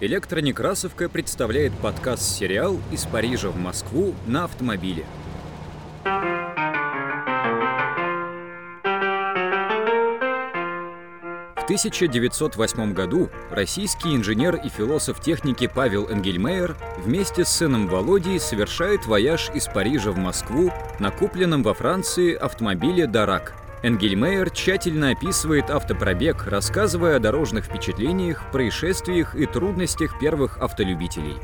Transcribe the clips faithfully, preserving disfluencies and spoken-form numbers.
Электронекрасовка представляет подкаст-сериал «Из Парижа в Москву на автомобиле». В тысяча девятьсот восьмом году российский инженер и философ техники Павел Энгельмейер вместе с сыном Володей совершает вояж из Парижа в Москву на купленном во Франции автомобиле «Дарак». Энгельмейер тщательно описывает автопробег, рассказывая о дорожных впечатлениях, происшествиях и трудностях первых автолюбителей.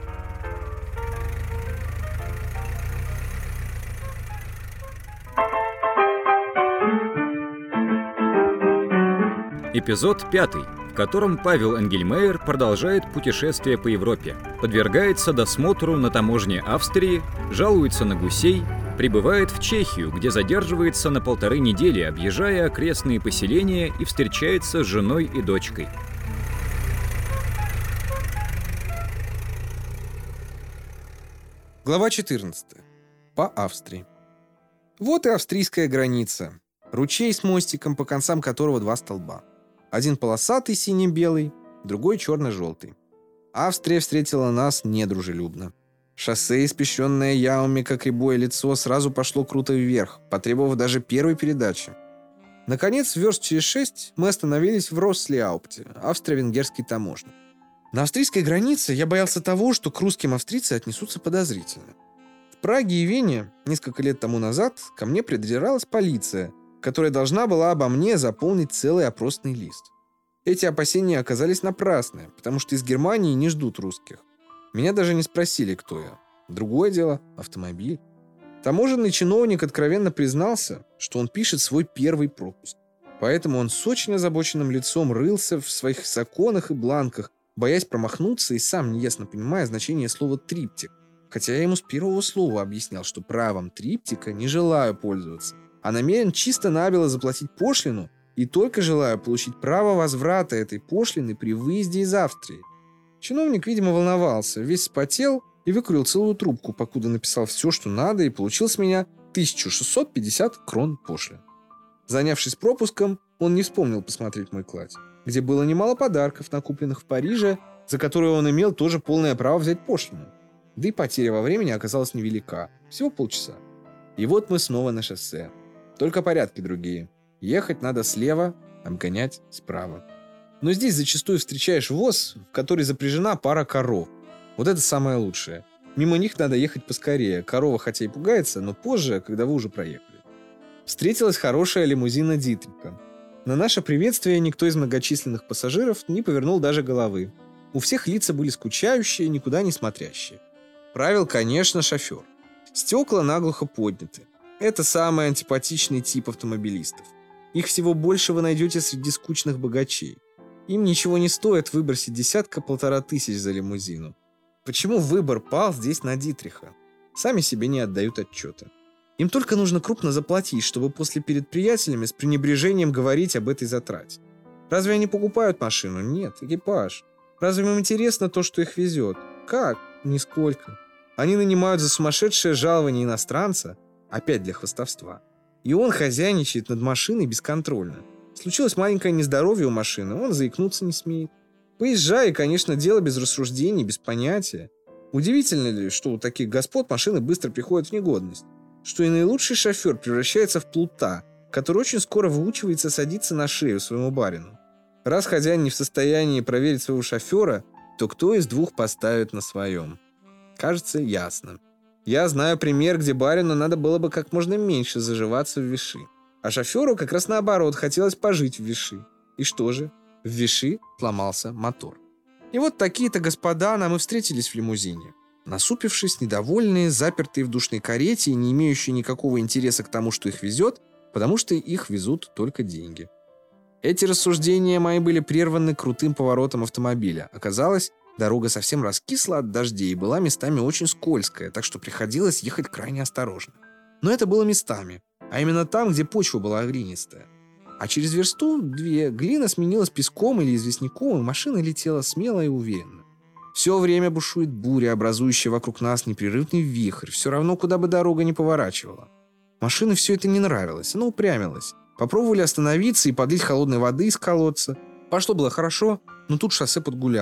Эпизод пятый, в котором Павел Энгельмейер продолжает путешествие по Европе, подвергается досмотру на таможне Австрии, жалуется на гусей, прибывает в Чехию, где задерживается на полторы недели, объезжая окрестные поселения, и встречается с женой и дочкой. Глава четырнадцатая. По Австрии. Вот и австрийская граница. Ручей с мостиком, по концам которого два столба. Один полосатый сине-белый, другой черно-желтый. Австрия встретила нас недружелюбно. Шоссе, испещренное ямами, как рябое лицо, сразу пошло круто вверх, потребовав даже первой передачи. Наконец, верст через шесть мы остановились в Росслиаупте, австро-венгерский таможня. На австрийской границе я боялся того, что к русским австрийцы отнесутся подозрительно. В Праге и Вене несколько лет тому назад ко мне придиралась полиция, которая должна была обо мне заполнить целый опросный лист. Эти опасения оказались напрасны, потому что из Германии не ждут русских. Меня даже не спросили, кто я. Другое дело – автомобиль. Таможенный чиновник откровенно признался, что он пишет свой первый пропуск. Поэтому он с очень озабоченным лицом рылся в своих законах и бланках, боясь промахнуться и сам неясно понимая значение слова «триптик». Хотя я ему с первого слова объяснял, что правом триптика не желаю пользоваться, а намерен чисто набело заплатить пошлину и только желаю получить право возврата этой пошлины при выезде из Австрии. Чиновник, видимо, волновался, весь вспотел и выкурил целую трубку, покуда написал все, что надо, и получил с меня тысячу шестьсот пятьдесят крон пошлин. Занявшись пропуском, он не вспомнил посмотреть мой кладь, где было немало подарков, накупленных в Париже, за которые он имел тоже полное право взять пошлину. Да и потеря во времени оказалась невелика, всего полчаса. И вот мы снова на шоссе. Только порядки другие. Ехать надо слева, обгонять справа. Но здесь зачастую встречаешь воз, в который запряжена пара коров. Вот это самое лучшее. Мимо них надо ехать поскорее. Корова хотя и пугается, но позже, когда вы уже проехали. Встретилась хорошая лимузина Дитриха. На наше приветствие никто из многочисленных пассажиров не повернул даже головы. У всех лица были скучающие, никуда не смотрящие. Правил, конечно, шофер. Стекла наглухо подняты. Это самый антипатичный тип автомобилистов. Их всего больше вы найдете среди скучных богачей. Им ничего не стоит выбросить десятка-полтора тысяч за лимузину. Почему выбор пал здесь на Дитриха? Сами себе не отдают отчета. Им только нужно крупно заплатить, чтобы после перед приятелями с пренебрежением говорить об этой затрате. Разве они покупают машину? Нет, экипаж. Разве им интересно то, что их везет? Как? Нисколько. Они нанимают за сумасшедшее жалование иностранца, опять для хвастовства. И он хозяйничает над машиной бесконтрольно. Случилось маленькое нездоровье у машины, он заикнуться не смеет. Поезжай, конечно, дело без рассуждений, без понятия. Удивительно ли, что у таких господ машины быстро приходят в негодность? Что и наилучший шофер превращается в плута, который очень скоро выучивается садиться на шею своему барину. Раз хозяин не в состоянии проверить своего шофера, то кто из двух поставит на своем? Кажется, ясно. Я знаю пример, где барину надо было бы как можно меньше заживаться в Виши. А шоферу как раз наоборот хотелось пожить в Виши. И что же? В Виши сломался мотор. И вот такие-то господа нам и встретились в лимузине. Насупившись, недовольные, запертые в душной карете и не имеющие никакого интереса к тому, что их везет, потому что их везут только деньги. Эти рассуждения мои были прерваны крутым поворотом автомобиля. Оказалось, дорога совсем раскисла от дождей и была местами очень скользкая, так что приходилось ехать крайне осторожно. Но это было местами, а именно там, где почва была глинистая. А через версту две глина сменилась песком или известняком, и машина летела смело и уверенно. Все время бушует буря, образующая вокруг нас непрерывный вихрь, все равно, куда бы дорога ни поворачивала. Машине все это не нравилось, она упрямилась. Попробовали остановиться и подлить холодной воды из колодца. Пошло было хорошо, но тут шоссе подгуляло.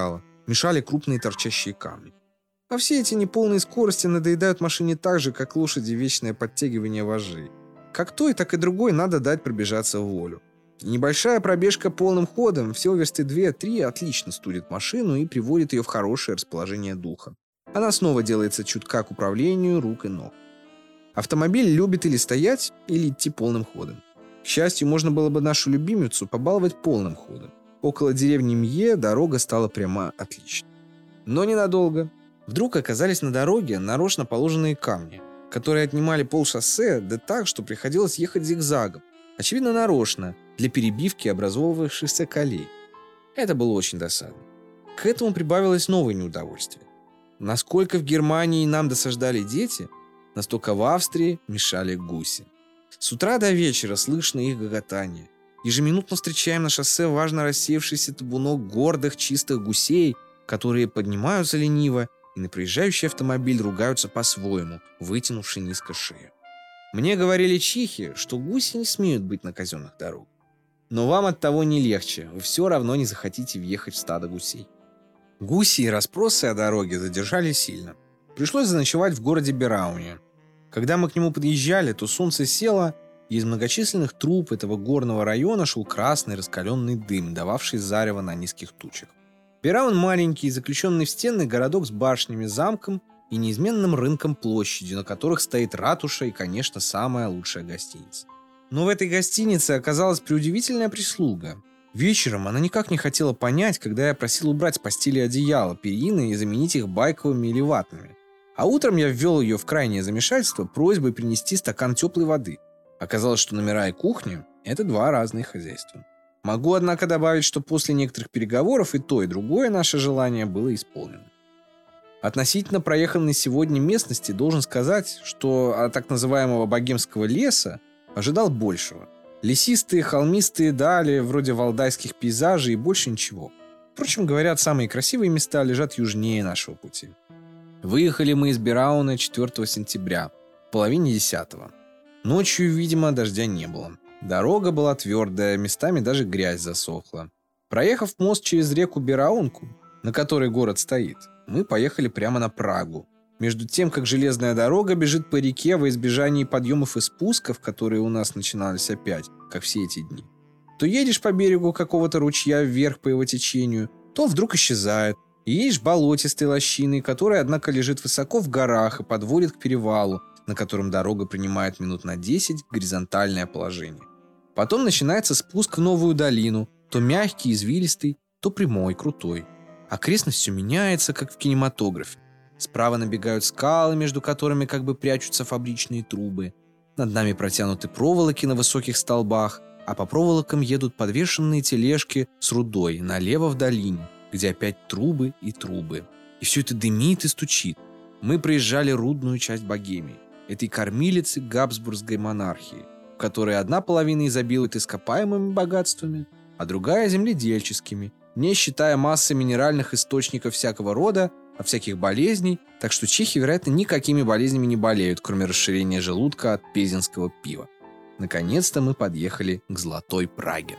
мешали крупные торчащие камни. А все эти неполные скорости надоедают машине так же, как лошади вечное подтягивание вожжей. Как той, так и другой надо дать пробежаться в волю. И небольшая пробежка полным ходом, всего версты две-три, отлично студит машину и приводит ее в хорошее расположение духа. Она снова делается чутка к управлению рук и ног. Автомобиль любит или стоять, или идти полным ходом. К счастью, можно было бы нашу любимицу побаловать полным ходом. Около деревни Мье дорога стала прямо отличной. Но ненадолго. Вдруг оказались на дороге нарочно положенные камни, которые отнимали полшоссе, да так, что приходилось ехать зигзагом. Очевидно, нарочно, для перебивки образовывавшихся колей. Это было очень досадно. К этому прибавилось новое неудовольствие. Насколько в Германии нам досаждали дети, настолько в Австрии мешали гуси. С утра до вечера слышно их гоготание. Ежеминутно встречаем на шоссе важно рассеявшийся табунок гордых чистых гусей, которые поднимаются лениво, и на проезжающий автомобиль ругаются по-своему, вытянувши низко шею. Мне говорили чехи, что гуси не смеют быть на казенных дорогах. Но вам от того не легче, вы все равно не захотите въехать в стадо гусей. Гуси и расспросы о дороге задержали сильно. Пришлось заночевать в городе Берауне. Когда мы к нему подъезжали, то солнце село, и из многочисленных труб этого горного района шел красный раскаленный дым, дававший зарево на низких тучах. Бераун маленький, заключенный в стены городок с башнями, замком и неизменным рынком площадью, на которых стоит ратуша и, конечно, самая лучшая гостиница. Но в этой гостинице оказалась преудивительная прислуга. Вечером она никак не хотела понять, когда я просил убрать с постели одеяло, перины и заменить их байковыми или ватными. А утром я ввел ее в крайнее замешательство просьбой принести стакан теплой воды. Оказалось, что номера и кухня – это два разные хозяйства. Могу, однако, добавить, что после некоторых переговоров и то, и другое наше желание было исполнено. Относительно проеханной сегодня местности должен сказать, что от так называемого богемского леса ожидал большего. Лесистые, холмистые дали, вроде валдайских пейзажей, и больше ничего. Впрочем, говорят, самые красивые места лежат южнее нашего пути. Выехали мы из Берауна четвёртого сентября, в половине десятого. Ночью, видимо, дождя не было. Дорога была твердая, местами даже грязь засохла. Проехав мост через реку Бераунку, на которой город стоит, мы поехали прямо на Прагу. Между тем, как железная дорога бежит по реке во избежании подъемов и спусков, которые у нас начинались опять, как все эти дни. То едешь по берегу какого-то ручья вверх по его течению, то он вдруг исчезает, и едешь болотистой лощиной, которая, однако, лежит высоко в горах и подводит к перевалу, на котором дорога принимает минут на десять горизонтальное положение. Потом начинается спуск в новую долину, то мягкий, извилистый, то прямой, крутой. Окрестность все меняется, как в кинематографе. Справа набегают скалы, между которыми как бы прячутся фабричные трубы. Над нами протянуты проволоки на высоких столбах, а по проволокам едут подвешенные тележки с рудой налево в долине, где опять трубы и трубы. И все это дымит и стучит. Мы проезжали рудную часть Богемии, этой кормилицы габсбургской монархии, в которой одна половина изобилует ископаемыми богатствами, а другая земледельческими, не считая массы минеральных источников всякого рода, от всяких болезней, так что чехи, вероятно, никакими болезнями не болеют, кроме расширения желудка от пезинского пива. Наконец-то мы подъехали к Золотой Праге.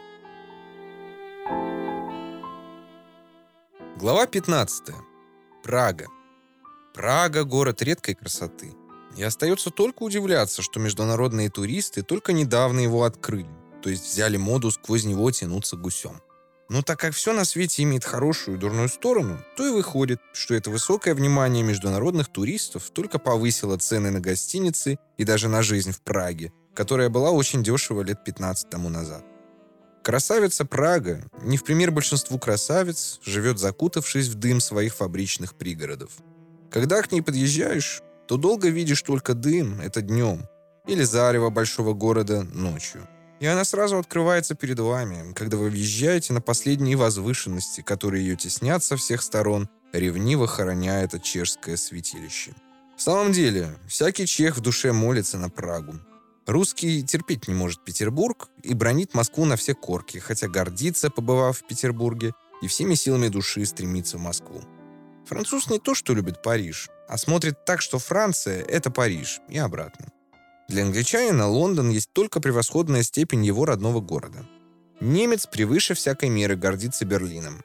Глава пятнадцатая. Прага. Прага – город редкой красоты. И остается только удивляться, что международные туристы только недавно его открыли, то есть взяли моду сквозь него тянуться гусем. Но так как все на свете имеет хорошую и дурную сторону, то и выходит, что это высокое внимание международных туристов только повысило цены на гостиницы и даже на жизнь в Праге, которая была очень дешево лет пятнадцать тому назад. Красавица Прага, не в пример большинству красавиц, живет закутавшись в дым своих фабричных пригородов. Когда к ней подъезжаешь, то долго видишь только дым, это днем, или зарево большого города ночью. И она сразу открывается перед вами, когда вы въезжаете на последние возвышенности, которые ее теснят со всех сторон, ревниво хороня это чешское святилище. В самом деле, всякий чех в душе молится на Прагу. Русский терпеть не может Петербург и бранит Москву на все корки, хотя гордится, побывав в Петербурге, и всеми силами души стремится в Москву. Француз не то что любит Париж, а смотрит так, что Франция – это Париж, и обратно. Для англичанина Лондон есть только превосходная степень его родного города. Немец превыше всякой меры гордится Берлином.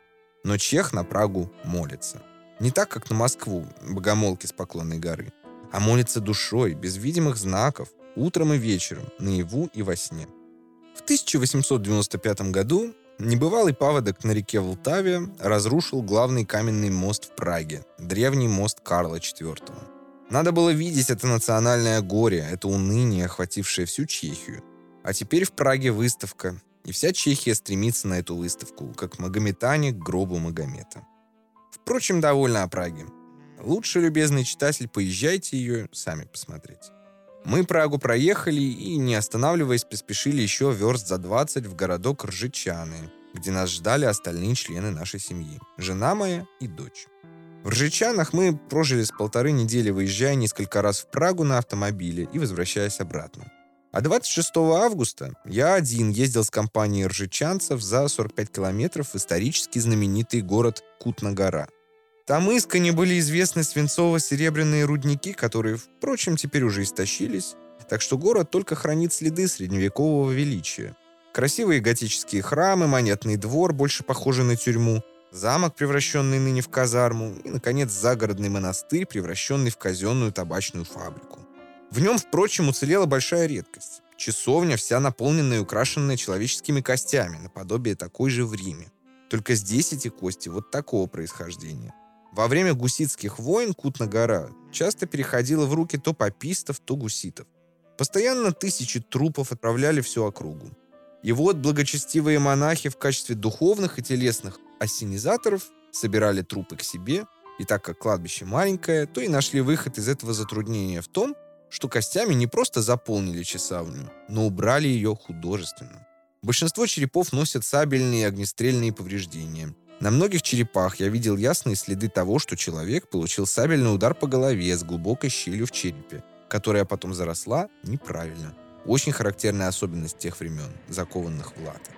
Но чех на Прагу молится. Не так, как на Москву, богомолки с Поклонной горы, а молится душой, без видимых знаков, утром и вечером, наяву и во сне. В тысяча восемьсот девяносто пятом году небывалый паводок на реке Влтаве разрушил главный каменный мост в Праге, древний мост Карла четвёртого. Надо было видеть это национальное горе, это уныние, охватившее всю Чехию. А теперь в Праге выставка, и вся Чехия стремится на эту выставку, как магометане к гробу Магомета. Впрочем, довольно о Праге. Лучше, любезный читатель, поезжайте ее сами посмотреть. Мы Прагу проехали и, не останавливаясь, поспешили еще верст за двадцать в городок Ржичаны, где нас ждали остальные члены нашей семьи, жена моя и дочь. В Ржичанах мы прожили с полторы недели, выезжая несколько раз в Прагу на автомобиле и возвращаясь обратно. А двадцать шестого августа я один ездил с компанией ржичанцев за сорок пять километров в исторически знаменитый город Кутна-Гора. Там искони были известны свинцово-серебряные рудники, которые, впрочем, теперь уже истощились, так что город только хранит следы средневекового величия. Красивые готические храмы, монетный двор, больше похожий на тюрьму, замок, превращенный ныне в казарму, и, наконец, загородный монастырь, превращенный в казенную табачную фабрику. В нем, впрочем, уцелела большая редкость. Часовня, вся наполненная и украшенная человеческими костями, наподобие такой же в Риме. Только здесь эти кости вот такого происхождения. Во время гуситских войн Кутна-Гора часто переходила в руки то папистов, то гуситов. Постоянно тысячи трупов отправляли всю округу. И вот благочестивые монахи в качестве духовных и телесных ассенизаторов собирали трупы к себе, и так как кладбище маленькое, то и нашли выход из этого затруднения в том, что костями не просто заполнили часовню, но убрали ее художественно. Большинство черепов носят сабельные и огнестрельные повреждения. На многих черепах я видел ясные следы того, что человек получил сабельный удар по голове с глубокой щелью в черепе, которая потом заросла неправильно. Очень характерная особенность тех времен, закованных в латы.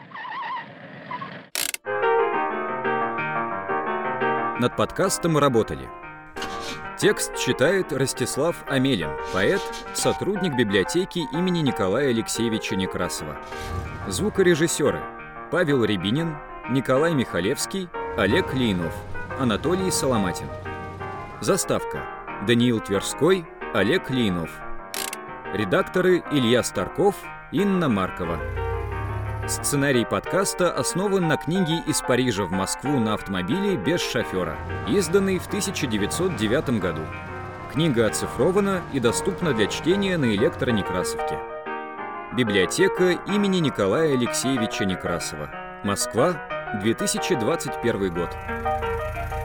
Над подкастом работали: текст читает Ростислав Амелин, поэт, сотрудник библиотеки имени Николая Алексеевича Некрасова. Звукорежиссеры: Павел Рябинин, Николай Михалевский, Олег Лейнов, Анатолий Соломатин. Заставка: Даниил Тверской, Олег Лейнов. Редакторы: Илья Старков, Инна Маркова. Сценарий подкаста основан на книге «Из Парижа в Москву на автомобиле без шофера», изданной в тысяча девятьсот девятом году. Книга оцифрована и доступна для чтения на электронекрасовке. Библиотека имени Николая Алексеевича Некрасова. Москва, две тысячи двадцать первый год.